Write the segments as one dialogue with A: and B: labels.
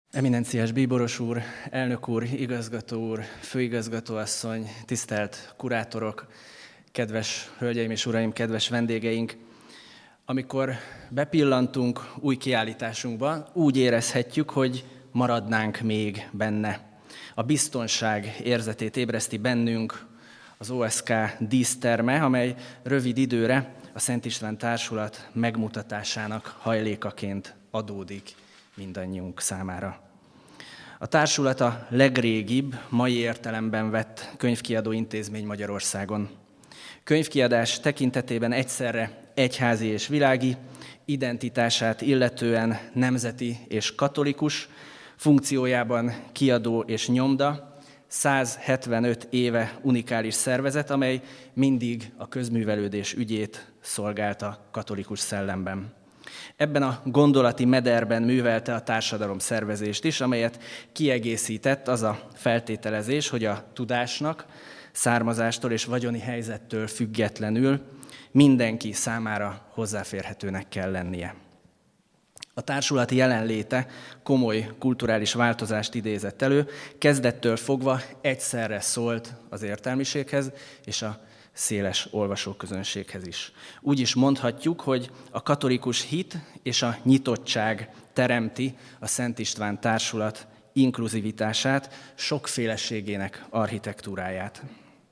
A: Eminenciás bíboros úr, elnök úr, igazgató úr, főigazgatóasszony, tisztelt kurátorok, kedves hölgyeim és uraim, kedves vendégeink! Amikor bepillantunk új kiállításunkba, úgy érezhetjük, hogy maradnánk még benne. A biztonság érzetét ébreszti bennünk az OSK díszterme, amely rövid időre a Szent István Társulat megmutatásának hajlékaként adódik mindannyiunk számára. A társulat a legrégibb, mai értelemben vett könyvkiadó intézmény Magyarországon. Könyvkiadás tekintetében egyszerre egyházi és világi, identitását illetően nemzeti és katolikus, funkciójában kiadó és nyomda, 175 éve unikális szervezet, amely mindig a közművelődés ügyét szolgálta katolikus szellemben. Ebben a gondolati mederben művelte a társadalomszervezést is, amelyet kiegészített az a feltételezés, hogy a tudásnak származástól és vagyoni helyzettől függetlenül mindenki számára hozzáférhetőnek kell lennie. A társulat jelenléte komoly kulturális változást idézett elő, kezdettől fogva egyszerre szólt az értelmiséghez és a széles olvasóközönséghez is. Úgy is mondhatjuk, hogy a katolikus hit és a nyitottság teremti a Szent István Társulat inkluzivitását, sokféleségének architektúráját.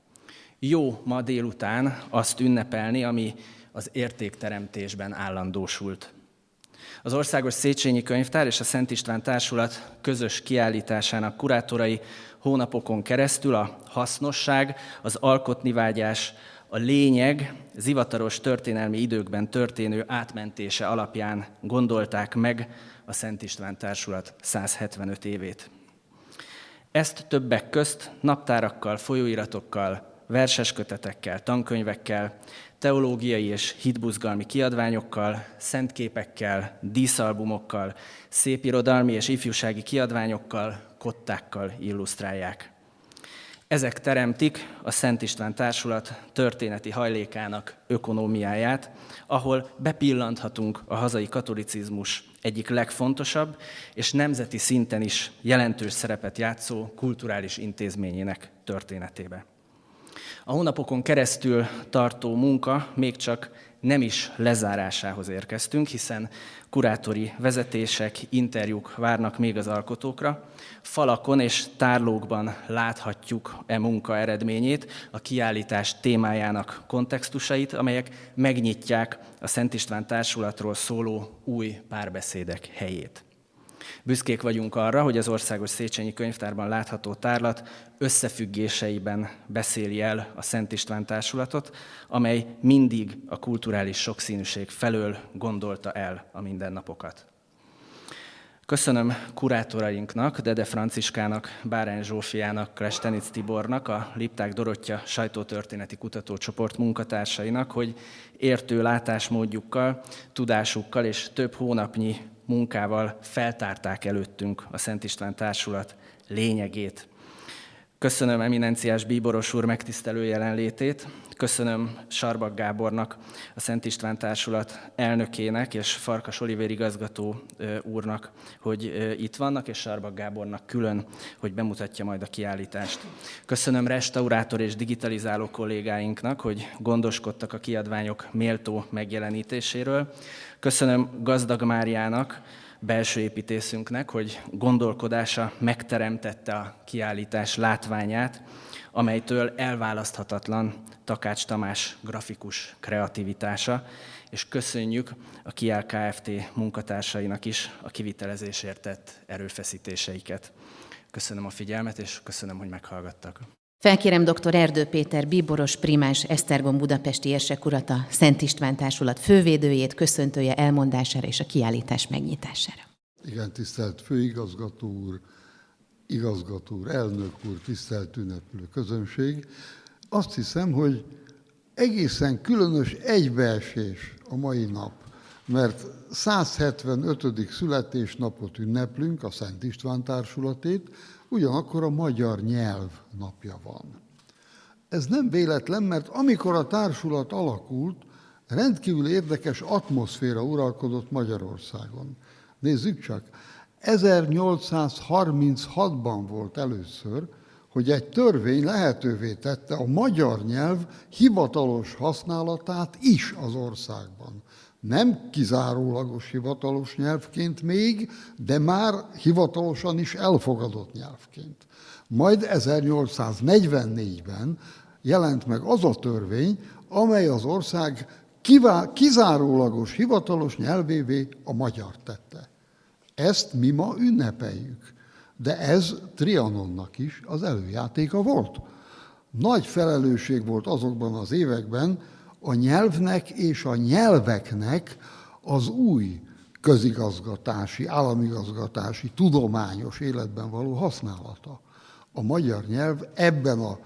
A: Jó ma délután azt ünnepelni, ami az értékteremtésben állandósult. Az Országos Széchenyi Könyvtár és a Szent István Társulat közös kiállításának kurátorai hónapokon keresztül a hasznosság, az alkotnivágyás, a lényeg zivataros történelmi időkben történő átmentése alapján gondolták meg a Szent István Társulat 175 évét. Ezt többek közt naptárakkal, folyóiratokkal, verseskötetekkel, tankönyvekkel, teológiai és hitbuzgalmi kiadványokkal, szentképekkel, díszalbumokkal, szépirodalmi és ifjúsági kiadványokkal, kottákkal illusztrálják. Ezek teremtik a Szent István Társulat történeti hajlékának ökonómiáját, ahol bepillanthatunk a hazai katolicizmus egyik legfontosabb és nemzeti szinten is jelentős szerepet játszó kulturális intézményének történetébe. A hónapokon keresztül tartó munka még csak nem is lezárásához érkeztünk, hiszen kurátori vezetések, interjúk várnak még az alkotókra. Falakon és tárlókban láthatjuk e munka eredményét, a kiállítás témájának kontextusait, amelyek megnyitják a Szent István Társulatról szóló új párbeszédek helyét. Büszkék vagyunk arra, hogy az Országos Széchenyi Könyvtárban látható tárlat összefüggéseiben beszéli el a Szent István Társulatot, amely mindig a kulturális sokszínűség felől gondolta el a mindennapokat. Köszönöm kurátorainknak, Dede Franciskának, Bárány Zsófiának, Klestenic Tibornak, a Lipták Dorottya sajtótörténeti kutatócsoport munkatársainak, hogy értő látásmódjukkal, tudásukkal és több hónapnyi munkával feltárták előttünk a Szent István Társulat lényegét. Köszönöm eminenciás bíboros úr megtisztelő jelenlétét, köszönöm Sarbak Gábornak, a Szent István Társulat elnökének és Farkas Olivér igazgató úrnak, hogy itt vannak, és Sarbak Gábornak külön, hogy bemutatja majd a kiállítást. Köszönöm restaurátor és digitalizáló kollégáinknak, hogy gondoskodtak a kiadványok méltó megjelenítéséről. Köszönöm Gazdag Máriának, belső építészünknek, hogy gondolkodása megteremtette a kiállítás látványát, amelytől elválaszthatatlan Takács Tamás grafikus kreativitása, és köszönjük a Kiel Kft. Munkatársainak is a kivitelezésért tett erőfeszítéseiket. Köszönöm a figyelmet, és köszönöm, hogy meghallgattak.
B: Felkérem dr. Erdő Péter bíboros primás Esztergom budapesti érsek urat, a Szent István Társulat fővédőjét, köszöntője elmondására és a kiállítás megnyitására.
C: Igen, tisztelt főigazgató úr, elnök úr, tisztelt ünneplő közönség. Azt hiszem, hogy egészen különös egybeesés a mai nap, mert 175. születésnapot ünneplünk, a Szent István Társulatét, ugyanakkor a magyar nyelv napja van. Ez nem véletlen, mert amikor a társulat alakult, rendkívül érdekes atmoszféra uralkodott Magyarországon. Nézzük csak, 1836-ban volt először, hogy egy törvény lehetővé tette a magyar nyelv hivatalos használatát is az országban. Nem kizárólagos hivatalos nyelvként még, de már hivatalosan is elfogadott nyelvként. Majd 1844-ben jelent meg az a törvény, amely az ország kizárólagos hivatalos nyelvévé a magyart tette. Ezt mi ma ünnepeljük, de ez Trianonnak is az előjátéka volt. Nagy felelősség volt azokban az években a nyelvnek és a nyelveknek az új közigazgatási, államigazgatási, tudományos életben való használata. A magyar nyelv ebben a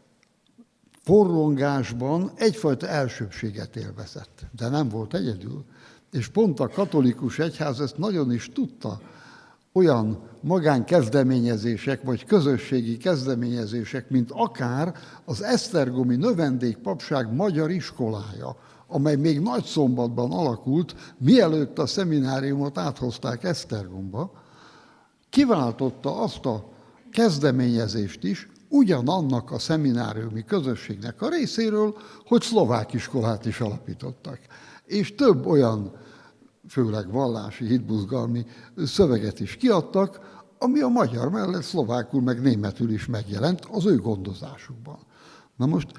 C: forrongásban egyfajta elsőbbséget élvezett, de nem volt egyedül. És pont a katolikus egyház ezt nagyon is tudta. Olyan magánkezdeményezések, vagy közösségi kezdeményezések, mint akár az esztergomi növendékpapság magyar iskolája, amely még Nagyszombatban alakult, mielőtt a szemináriumot áthozták Esztergomba, kiváltotta azt a kezdeményezést is, ugyanannak a szemináriumi közösségnek a részéről, hogy szlovák iskolát is alapítottak. És több olyan, főleg vallási, hitbuzgalmi szöveget is kiadtak, ami a magyar mellett szlovákul meg németül is megjelent az ő gondozásukban. Na most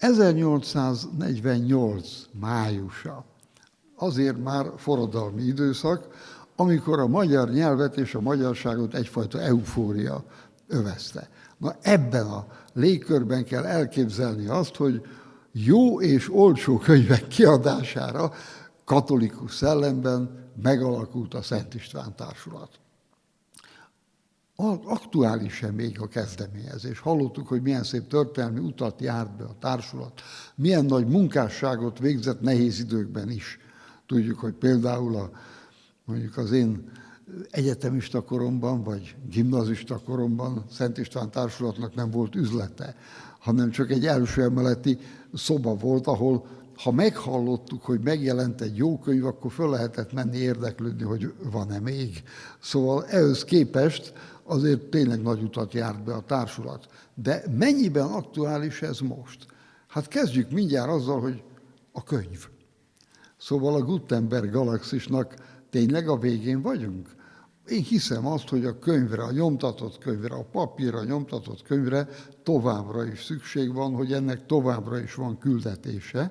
C: 1848 májusa azért már forradalmi időszak, amikor a magyar nyelvet és a magyarságot egyfajta eufória övezte. Na ebben a légkörben kell elképzelni azt, hogy jó és olcsó könyvek kiadására katolikus szellemben megalakult a Szent István Társulat. Aktuális-e még a kezdeményezés? Hallottuk, hogy milyen szép történelmi utat járt be a társulat, milyen nagy munkásságot végzett nehéz időkben is. Tudjuk, hogy például mondjuk az én egyetemista koromban, vagy gimnazista koromban Szent István Társulatnak nem volt üzlete, hanem csak egy első emeleti szoba volt, ahol ha meghallottuk, hogy megjelent egy jó könyv, akkor föl lehetett menni érdeklődni, hogy van-e még. Szóval ehhez képest azért tényleg nagy utat járt be a társulat. De mennyiben aktuális ez most? Hát kezdjük mindjárt azzal, hogy a könyv. Szóval a Gutenberg galaxisnak tényleg a végén vagyunk? Én hiszem azt, hogy a könyvre, a nyomtatott könyvre, a papírra nyomtatott könyvre továbbra is szükség van, hogy ennek továbbra is van küldetése.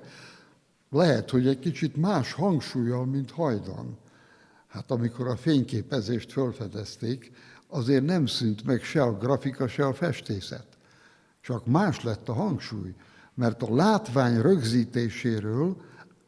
C: Lehet, hogy egy kicsit más hangsúllyal, mint hajdan. Hát amikor a fényképezést felfedezték, azért nem szűnt meg se a grafika, se a festészet. Csak más lett a hangsúly, mert a látvány rögzítéséről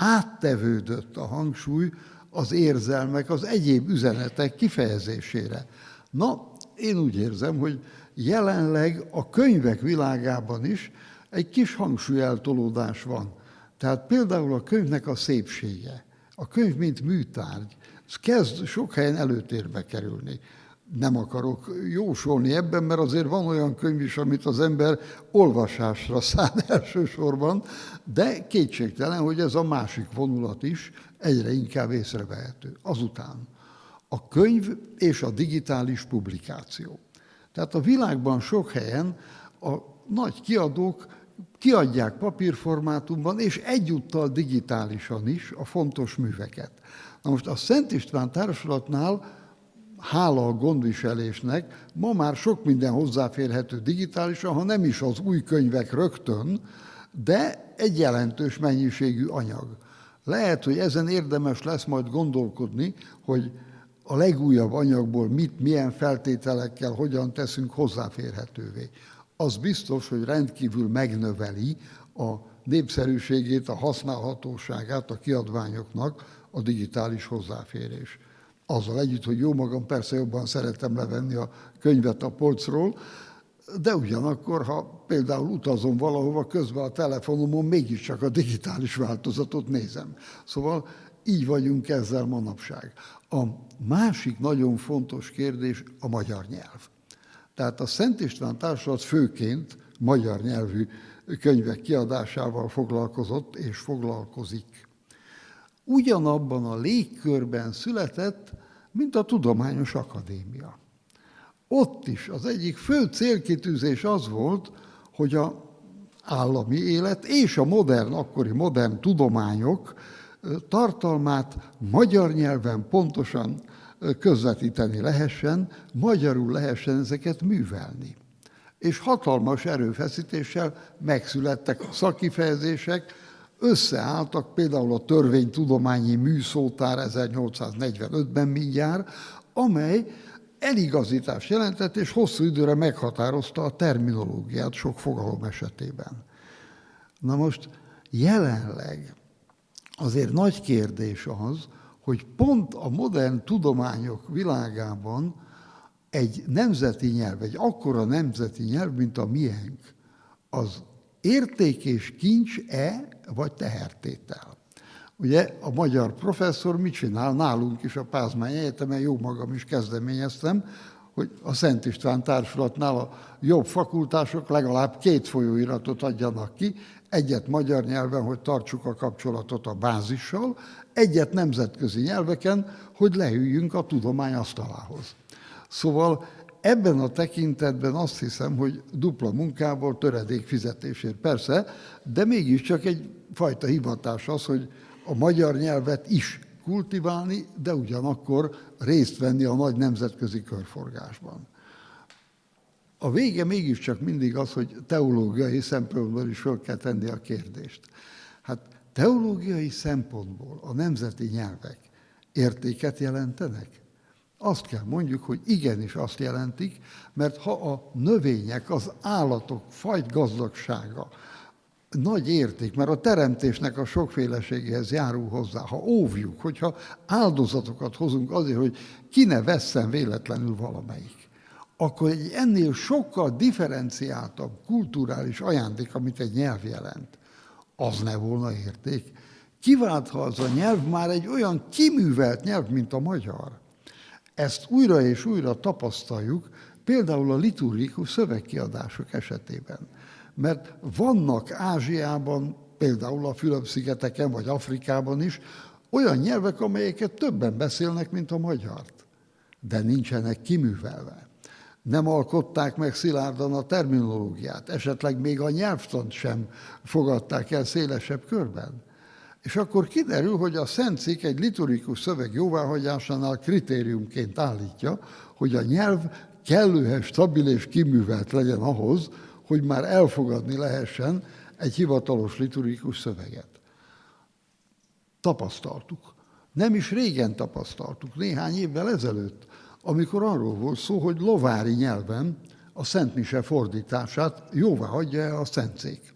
C: áttevődött a hangsúly az érzelmek, az egyéb üzenetek kifejezésére. Na, én úgy érzem, hogy jelenleg a könyvek világában is egy kis hangsúlyeltolódás van. Tehát például a könyvnek a szépsége, a könyv mint műtárgy, ez kezd sok helyen előtérbe kerülni. Nem akarok jósolni ebben, mert azért van olyan könyv is, amit az ember olvasásra szán elsősorban, de kétségtelen, hogy ez a másik vonulat is egyre inkább észrevehető. Azután a könyv és a digitális publikáció. Tehát a világban sok helyen a nagy kiadók kiadják papírformátumban, és egyúttal digitálisan is a fontos műveket. Na most a Szent István Társulatnál, hála a gondviselésnek, ma már sok minden hozzáférhető digitálisan, ha nem is az új könyvek rögtön, de egy jelentős mennyiségű anyag. Lehet, hogy ezen érdemes lesz majd gondolkodni, hogy a legújabb anyagból milyen feltételekkel, hogyan teszünk hozzáférhetővé. Az biztos, hogy rendkívül megnöveli a népszerűségét, a használhatóságát a kiadványoknak a digitális hozzáférés. Azzal együtt, hogy jó magam persze jobban szeretem levenni a könyvet a polcról, de ugyanakkor, ha például utazom valahova, közben a telefonomon mégiscsak a digitális változatot nézem. Szóval így vagyunk ezzel manapság. A másik nagyon fontos kérdés a magyar nyelv. Tehát a Szent István Társulat főként magyar nyelvű könyvek kiadásával foglalkozott és foglalkozik. Ugyanabban a légkörben született, mint a Tudományos Akadémia. Ott is az egyik fő célkitűzés az volt, hogy az állami élet és a akkori modern tudományok tartalmát magyar nyelven pontosan közvetíteni lehessen, magyarul lehessen ezeket művelni. És hatalmas erőfeszítéssel megszülettek szakifejezések, összeálltak például a Törvénytudományi Műszótár 1845-ben mindjárt, amely eligazítást jelentett, és hosszú időre meghatározta a terminológiát sok fogalom esetében. Na most jelenleg azért nagy kérdés az, hogy pont a modern tudományok világában egy nemzeti nyelv, egy akkora nemzeti nyelv, mint a miénk, az érték és kincs-e, vagy tehertétel? Ugye a magyar professzor mit csinál? Nálunk is a Pázmány Egyetemen, jó magam is kezdeményeztem, hogy a Szent István Társulatnál a jobb fakultások legalább 2 folyóiratot adjanak ki, egyet magyar nyelven, hogy tartsuk a kapcsolatot a bázissal, egyet nemzetközi nyelveken, hogy leüljünk a tudomány asztalához. Szóval ebben a tekintetben azt hiszem, hogy dupla munkából töredék fizetésért persze, de mégiscsak egyfajta hivatás az, hogy a magyar nyelvet is kultiválni, de ugyanakkor részt venni a nagy nemzetközi körforgásban. A vége mégiscsak mindig az, hogy teológiai szempontból is föl kell tenni a kérdést. Hát teológiai szempontból a nemzeti nyelvek értéket jelentenek? Azt kell mondjuk, hogy igenis azt jelentik, mert ha a növények, az állatok fajgazdagsága nagy érték, mert a teremtésnek a sokféleségéhez járul hozzá, ha óvjuk, hogyha áldozatokat hozunk azért, hogy ki ne vesszen véletlenül valamelyik, akkor egy ennél sokkal differenciáltabb kulturális ajándék, amit egy nyelv jelent, az ne volna érték. Kivált, ha az a nyelv már egy olyan kiművelt nyelv, mint a magyar. Ezt újra és újra tapasztaljuk, például a liturgikus szövegkiadások esetében. Mert vannak Ázsiában, például a Fülöp-szigeteken, vagy Afrikában is olyan nyelvek, amelyeket többen beszélnek, mint a magyart, de nincsenek kiművelve. Nem alkották meg szilárdan a terminológiát, esetleg még a nyelvtant sem fogadták el szélesebb körben. És akkor kiderül, hogy a Szentszék egy liturgikus szöveg jóváhagyásánál kritériumként állítja, hogy a nyelv kellően stabil és kiművelt legyen ahhoz, hogy már elfogadni lehessen egy hivatalos liturgikus szöveget. Tapasztaltuk. Nem is régen tapasztaltuk, néhány évvel ezelőtt, amikor arról volt szó, hogy lovári nyelven a Szentmise fordítását jóváhagyja a Szentszék.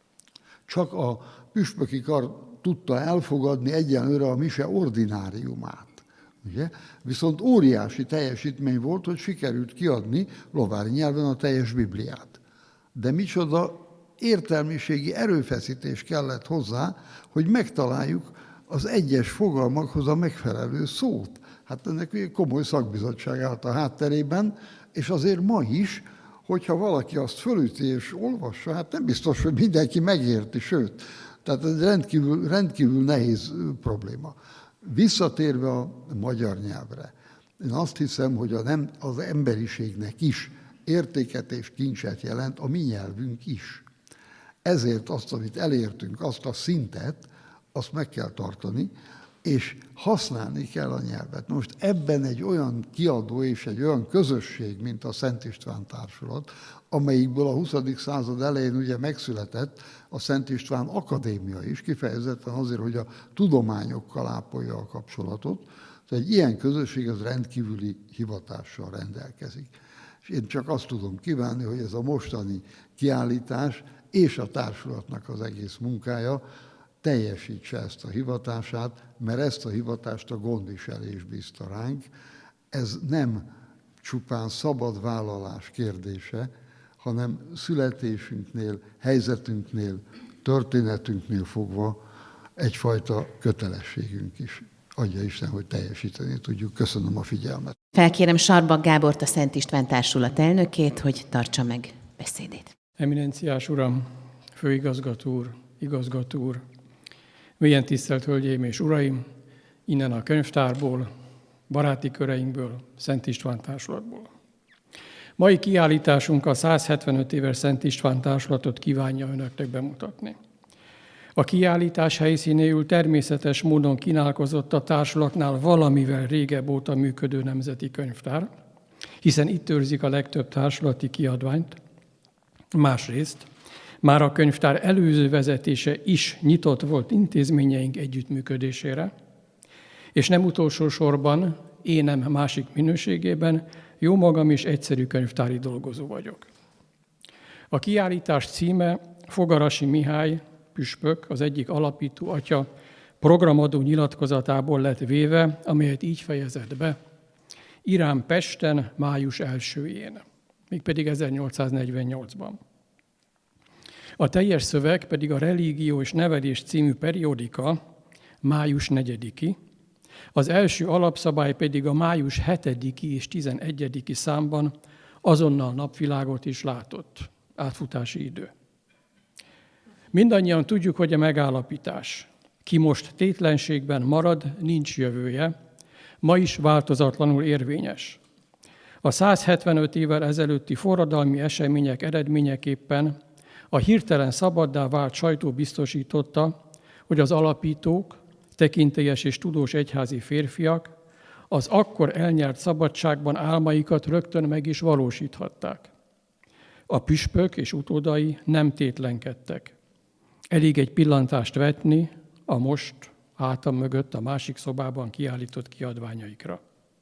C: Csak a püspöki kar tudta elfogadni egyenlőre a mise ordináriumát. Ugye? Viszont óriási teljesítmény volt, hogy sikerült kiadni lovári nyelven a teljes Bibliát. De micsoda értelmiségi erőfeszítés kellett hozzá, hogy megtaláljuk az egyes fogalmakhoz a megfelelő szót. Hát ennek komoly szakbizottság állt a hátterében, és azért ma is, hogyha valaki azt fölüti és olvassa, hát nem biztos, hogy mindenki megérti, sőt, tehát ez rendkívül nehéz probléma. Visszatérve a magyar nyelvre, én azt hiszem, hogy az emberiségnek is értéket és kincset jelent a mi nyelvünk is. Ezért azt, amit elértünk, azt a szintet, azt meg kell tartani, és használni kell a nyelvet. Most ebben egy olyan kiadó és egy olyan közösség, mint a Szent István Társulat, amelyikből a 20. század elején ugye megszületett a Szent István Akadémia is, kifejezetten azért, hogy a tudományokkal ápolja a kapcsolatot. Tehát egy ilyen közösség az rendkívüli hivatással rendelkezik. És én csak azt tudom kívánni, hogy ez a mostani kiállítás és a társulatnak az egész munkája teljesítse ezt a hivatását, mert ezt a hivatást a gondviselés bízta ránk. Ez nem csupán szabad vállalás kérdése, hanem születésünknél, helyzetünknél, történetünknél fogva egyfajta kötelességünk is. Adja Isten, hogy teljesíteni tudjuk. Köszönöm a figyelmet.
B: Felkérem Sarbak Gábort, a Szent István Társulat elnökét, hogy tartsa meg beszédét.
D: Eminenciás uram, főigazgató úr, mélyen tisztelt hölgyeim és uraim, innen a könyvtárból baráti köreinkből, Szent István Társulatból. Mai kiállításunk a 175 éves Szent István Társulatot kívánja önöknek bemutatni. A kiállítás helyszínéül természetes módon kínálkozott a társulatnál valamivel régebb óta működő nemzeti könyvtár, hiszen itt őrzik a legtöbb társulati kiadványt. Másrészt már a könyvtár előző vezetése is nyitott volt intézményeink együttműködésére, és nem utolsó sorban, énem másik minőségében, jó magam is egyszerű könyvtári dolgozó vagyok. A kiállítás címe Fogarasi Mihály püspök, az egyik alapító atya programadó nyilatkozatából lett véve, amelyet így fejezett be: Irán Pesten, május 1-jén, mégpedig 1848-ban. A teljes szöveg pedig a Religió és Nevelés című periódika, május 4-i, az első alapszabály pedig a május 7. és 11. számban azonnal napvilágot is látott. Átfutási idő. Mindannyian tudjuk, hogy a megállapítás, ki most tétlenségben marad, nincs jövője, ma is változatlanul érvényes. A 175 évvel ezelőtti forradalmi események eredményeképpen a hirtelen szabaddá vált sajtó biztosította, hogy az alapítók, tekintélyes és tudós egyházi férfiak az akkor elnyert szabadságban álmaikat rögtön meg is valósíthatták. A püspök és utódai nem tétlenkedtek. Elég egy pillantást vetni a most hátam mögött a másik szobában kiállított kiadványaikra.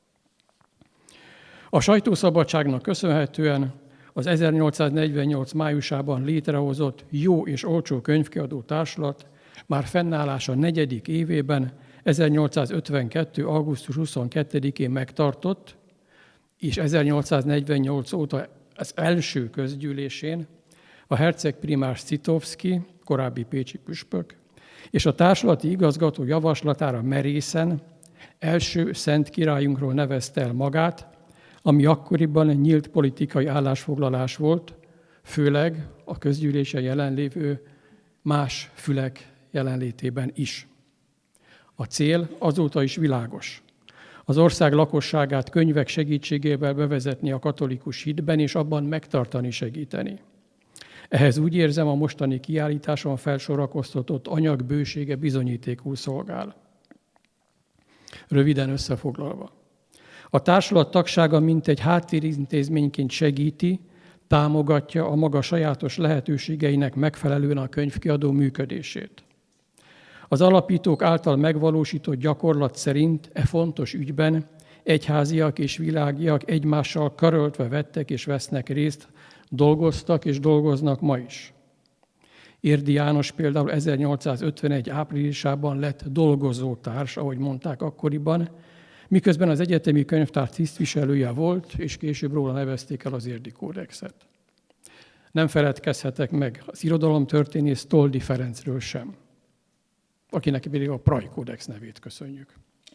D: A sajtószabadságnak köszönhetően az 1848 májusában létrehozott jó és olcsó könyvkiadó társulat már fennállása 4. évében, 1852. augusztus 22-én megtartott, és 1848 óta az első közgyűlésén a herceg primás Citovszky, korábbi pécsi püspök, és a társulati igazgató javaslatára merészen első szent királyunkról nevezte el magát, ami akkoriban nyílt politikai állásfoglalás volt, főleg a közgyűlésen jelenlévő más fülek jelenlétében is. A cél azóta is világos. Az ország lakosságát könyvek segítségével bevezetni a katolikus hitben, és abban megtartani, segíteni. Ehhez úgy érzem, a mostani kiállításon felsorakoztatott anyag bősége bizonyítékul szolgál. Röviden összefoglalva. A társulat tagsága mintegy háttérintézményként segíti, támogatja a maga sajátos lehetőségeinek megfelelően a könyvkiadó működését. Az alapítók által megvalósított gyakorlat szerint e fontos ügyben egyháziak és világiak egymással karöltve vettek és vesznek részt, dolgoztak és dolgoznak ma is. Érdi János például 1851 áprilisában lett dolgozótárs, ahogy mondták akkoriban, miközben az egyetemi könyvtár tisztviselője volt, és később róla nevezték el az Érdi Kódexet. Nem feledkezhetek meg az irodalomtörténész Toldy Ferencről sem, akinek pedig a Prai Kódex nevét köszönjük.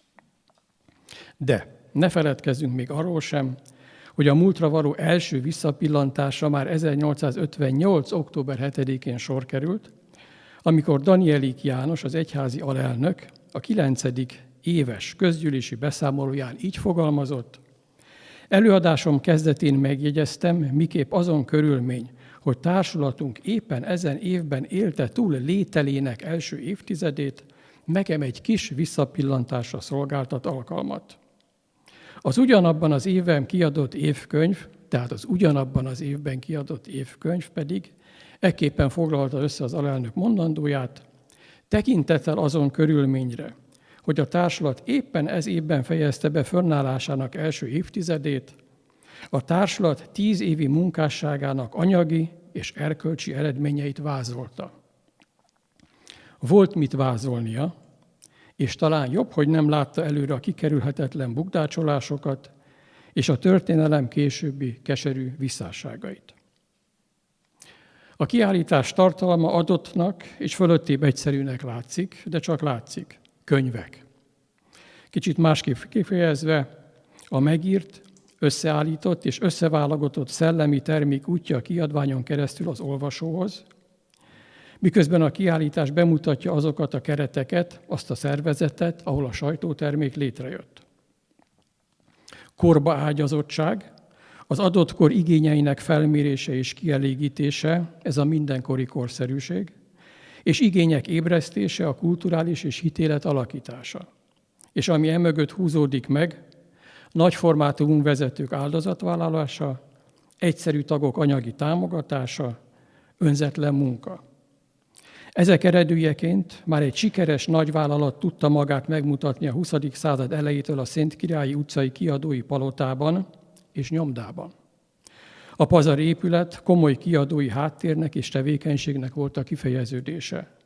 D: De ne feledkezzünk még arról sem, hogy a múltra való első visszapillantásra már 1858. október 7-én sor került, amikor Danielik János, az egyházi alelnök, a 9. éves közgyűlési beszámolóján így fogalmazott: előadásom kezdetén megjegyeztem, miképp azon körülmény, hogy társulatunk éppen ezen évben élte túl lételének első évtizedét, nekem egy kis visszapillantásra szolgáltat alkalmat. Az ugyanabban az évben kiadott évkönyv, tehát az ugyanabban az évben kiadott évkönyv pedig ekképpen foglalta össze az alelnök mondandóját: tekintettel azon körülményre, hogy a társulat éppen ez évben fejezte be fönnállásának első évtizedét, a társulat 10 évi munkásságának anyagi és erkölcsi eredményeit vázolta. Volt mit vázolnia, és talán jobb, hogy nem látta előre a kikerülhetetlen bukdácsolásokat és a történelem későbbi keserű visszásságait. A kiállítás tartalma adottnak és fölöttébb egyszerűnek látszik, de csak látszik. Könyvek. Kicsit másképp kifejezve, a megírt, összeállított és összeválogatott szellemi termék útja a kiadványon keresztül az olvasóhoz, miközben a kiállítás bemutatja azokat a kereteket, azt a szervezetet, ahol a sajtótermék létrejött. Korbaágyazottság, az adott kor igényeinek felmérése és kielégítése, ez a mindenkori korszerűség, és igények ébresztése, a kulturális és hitélet alakítása. És ami emögött húzódik meg, nagyformátumú vezetők áldozatvállalása, egyszerű tagok anyagi támogatása, önzetlen munka. Ezek eredményeként már egy sikeres nagyvállalat tudta magát megmutatni a 20. század elejétől a Szentkirályi utcai kiadói palotában és nyomdában. A pazar épület komoly kiadói háttérnek és tevékenységnek volt a kifejeződése.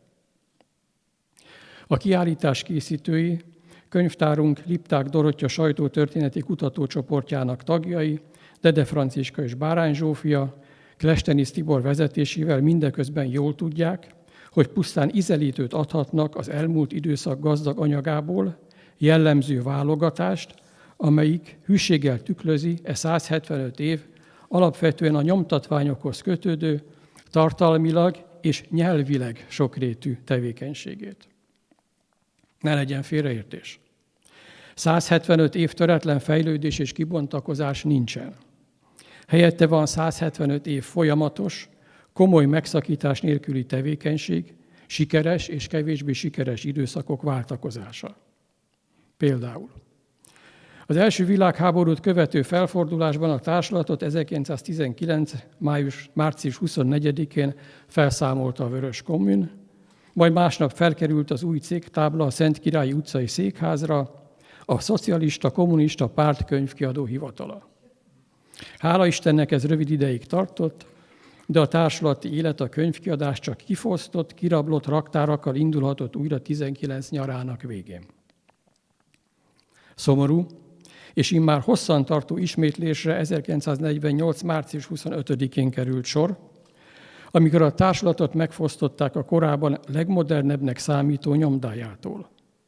D: A kiállítás készítői, könyvtárunk Lipták Dorottya sajtótörténeti kutatócsoportjának tagjai, Dede Franciska és Bárány Zsófia, Klestenis Tibor vezetésével mindeközben jól tudják, hogy pusztán ízelítőt adhatnak az elmúlt időszak gazdag anyagából, jellemző válogatást, amelyik hűséggel tükrözi 175 év alapvetően a nyomtatványokhoz kötődő, tartalmilag és nyelvileg sokrétű tevékenységét. Ne legyen félreértés. 175 év töretlen fejlődés és kibontakozás nincsen. Helyette van 175 év folyamatos, komoly megszakítás nélküli tevékenység, sikeres és kevésbé sikeres időszakok váltakozása. Például az első világháborút követő felfordulásban a társulatot 1919. március 24-én felszámolta a Vörös Kommun, majd másnap felkerült az új cégtábla a Szentkirályi utcai székházra, a Szocialista Kommunista Párt könyvkiadó hivatala. Hála Istennek ez rövid ideig tartott, de a társulati élet a könyvkiadás csak kifosztott, kirablott raktárakkal indulhatott újra 19 nyarának végén. Szomorú, és immár hosszan tartó ismétlésre 1948. március 25-én került sor, amikor a társulatot megfosztották a korábban legmodernebbnek számító nyomdájától.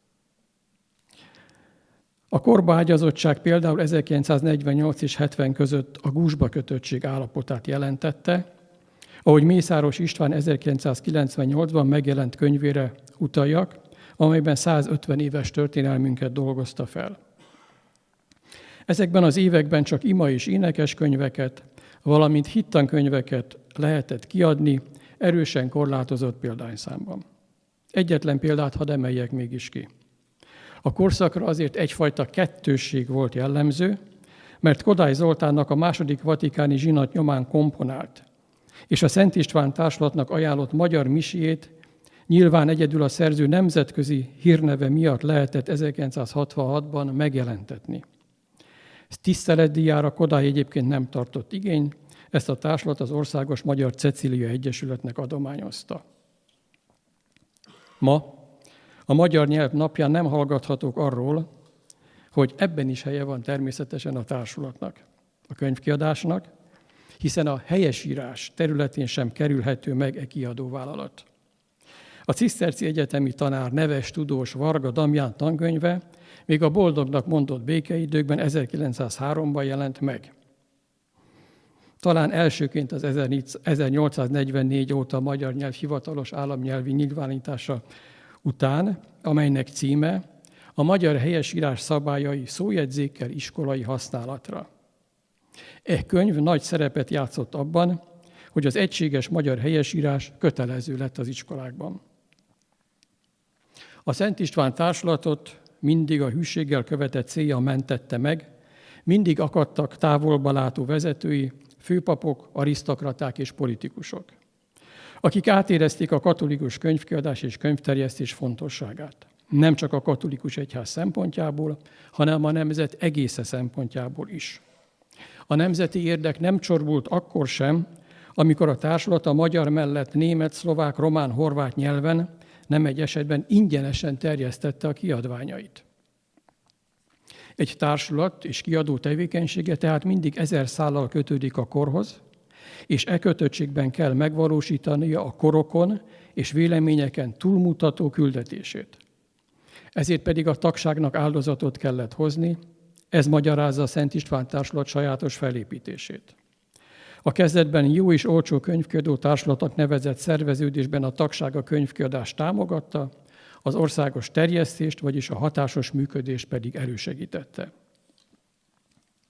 D: A korbaágyazottság például 1948 és 70 között a gúzsba kötöttség állapotát jelentette, ahogy Mészáros István 1998-ban megjelent könyvére utaljak, amelyben 150 éves történelmünket dolgozta fel. Ezekben az években csak ima és énekeskönyveket, valamint hittankönyveket lehetett kiadni erősen korlátozott példányszámban. Egyetlen példát hadd emeljek mégis ki. A korszakra azért egyfajta kettősség volt jellemző, mert Kodály Zoltánnak a II. Vatikáni zsinat nyomán komponált, és a Szent István társulatnak ajánlott magyar misijét nyilván egyedül a szerző nemzetközi hírneve miatt lehetett 1966-ban megjelentetni. Tiszteletdíjára Kodály egyébként nem tartott igényt, ezt a társulat az Országos Magyar Cecília Egyesületnek adományozta. Ma a magyar nyelv napján nem hallgathatók arról, hogy ebben is helye van természetesen a társulatnak, a könyvkiadásnak, hiszen a helyesírás területén sem kerülhető meg e kiadóvállalat. A ciszterci egyetemi tanár, neves tudós Varga Damján tankönyve még a boldognak mondott békeidőkben 1903-ban jelent meg. Talán elsőként az 1844 óta a magyar nyelv hivatalos államnyelvi nyilvánítása után, amelynek címe a magyar helyesírás szabályai szójegyzékkel iskolai használatra. E könyv nagy szerepet játszott abban, hogy az egységes magyar helyesírás kötelező lett az iskolákban. A Szent István társulatot mindig a hűséggel követett célja mentette meg, mindig akadtak távolba látó vezetői, főpapok, arisztokraták és politikusok, akik átérezték a katolikus könyvkiadás és könyvterjesztés fontosságát. Nem csak a katolikus egyház szempontjából, hanem a nemzet egésze szempontjából is. A nemzeti érdek nem csorbult akkor sem, amikor a társulat a magyar mellett német, szlovák, román, horvát nyelven, nem egy esetben ingyenesen terjesztette a kiadványait. Egy társulat és kiadó tevékenysége tehát mindig 1000 szállal kötődik a korhoz, és e kötöttségben kell megvalósítania a korokon és véleményeken túlmutató küldetését. Ezért pedig a tagságnak áldozatot kellett hozni, ez magyarázza a Szent István társulat sajátos felépítését. A kezdetben jó és olcsó könyvkiadó társulatnak nevezett szerveződésben a tagság a könyvkiadást támogatta, az országos terjesztést, vagyis a hatásos működést pedig elősegítette.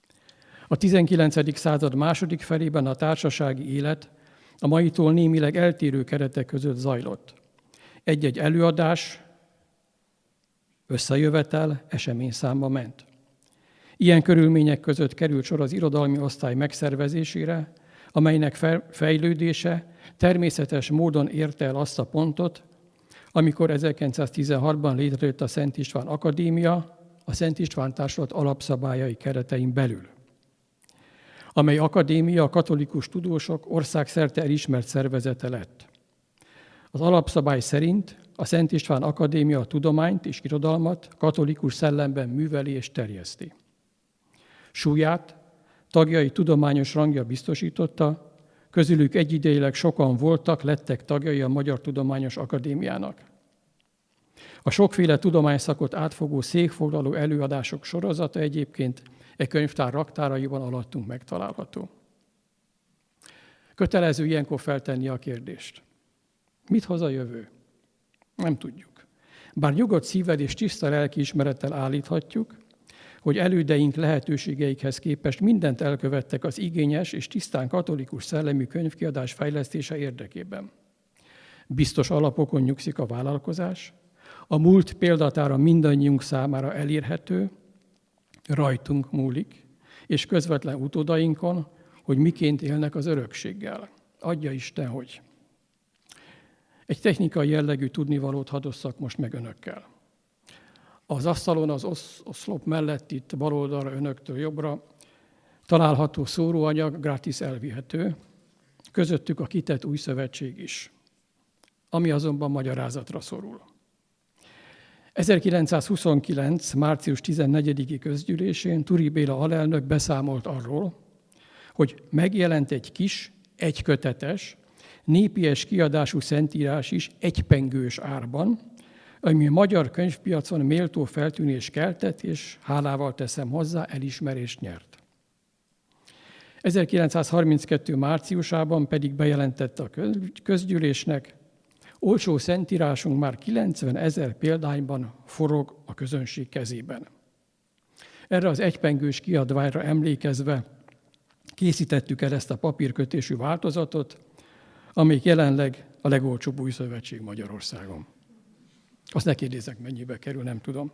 D: A 19. század második felében a társasági élet a maitól némileg eltérő keretek között zajlott. Egy-egy előadás, összejövetel, eseményszámba ment. Ilyen körülmények között került sor az irodalmi osztály megszervezésére, amelynek fejlődése természetes módon érte el azt a pontot, amikor 1916-ban létrejött a Szent István Akadémia a Szent István Társulat alapszabályai keretein belül, amely akadémia a katolikus tudósok országszerte elismert szervezete lett. Az alapszabály szerint a Szent István Akadémia a tudományt és irodalmat katolikus szellemben műveli és terjeszti. Súlyát tagjai tudományos rangja biztosította, közülük egyidejileg sokan voltak, lettek tagjai a Magyar Tudományos Akadémiának. A sokféle tudományszakot átfogó székfoglaló előadások sorozata egyébként e könyvtár raktáraiban alattunk megtalálható. Kötelező ilyenkor feltenni a kérdést. Mit hoz a jövő? Nem tudjuk. Bár nyugodt szívvel és tiszta lelkiismerettel állíthatjuk, hogy elődeink lehetőségeikhez képest mindent elkövettek az igényes és tisztán katolikus szellemű könyvkiadás fejlesztése érdekében. Biztos alapokon nyugszik a vállalkozás, a múlt példatára mindannyiunk számára elérhető, rajtunk múlik, és közvetlen utódainkon, hogy miként élnek az örökséggel. Adja Isten, hogy. Egy technikai jellegű tudnivalót hadd osszak most meg önökkel. Az asztalon az oszlop mellett itt bal oldalra önöktől jobbra található szóróanyag gratis elvihető, közöttük a kitett új szövetség is, ami azonban magyarázatra szorul. 1929. március 14-i közgyűlésén Turi Béla alelnök beszámolt arról, hogy megjelent egy kis, egykötetes, népies kiadású szentírás is egypengős árban, ami a magyar könyvpiacon méltó feltűnés keltett, és hálával teszem hozzá, elismerést nyert. 1932. márciusában pedig bejelentette a közgyűlésnek, olcsó szentírásunk már 90 000 példányban forog a közönség kezében. Erre az egypengős kiadványra emlékezve készítettük el ezt a papírkötésű változatot, amelyik jelenleg a legolcsóbb új szövetség Magyarországon. Azt ne kérdézzek, mennyibe kerül, nem tudom.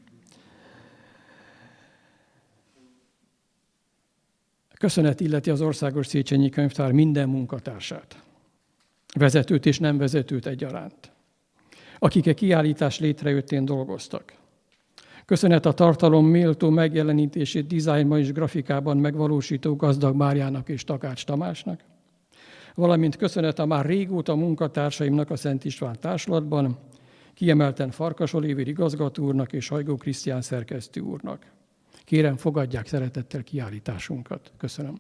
D: Köszönet illeti az Országos Széchenyi Könyvtár minden munkatársát, vezetőt és nem vezetőt egyaránt, akik a kiállítás létrejöttén dolgoztak. Köszönet a tartalom méltó megjelenítését dizájnban és grafikában megvalósító Gazdag Máriának és Takács Tamásnak, valamint köszönet a már régóta munkatársaimnak a Szent István Társulatban, kiemelten Farkas Olivér igazgató úrnak és Hajgó Krisztián szerkesztő úrnak. Kérem, fogadják szeretettel kiállításunkat. Köszönöm.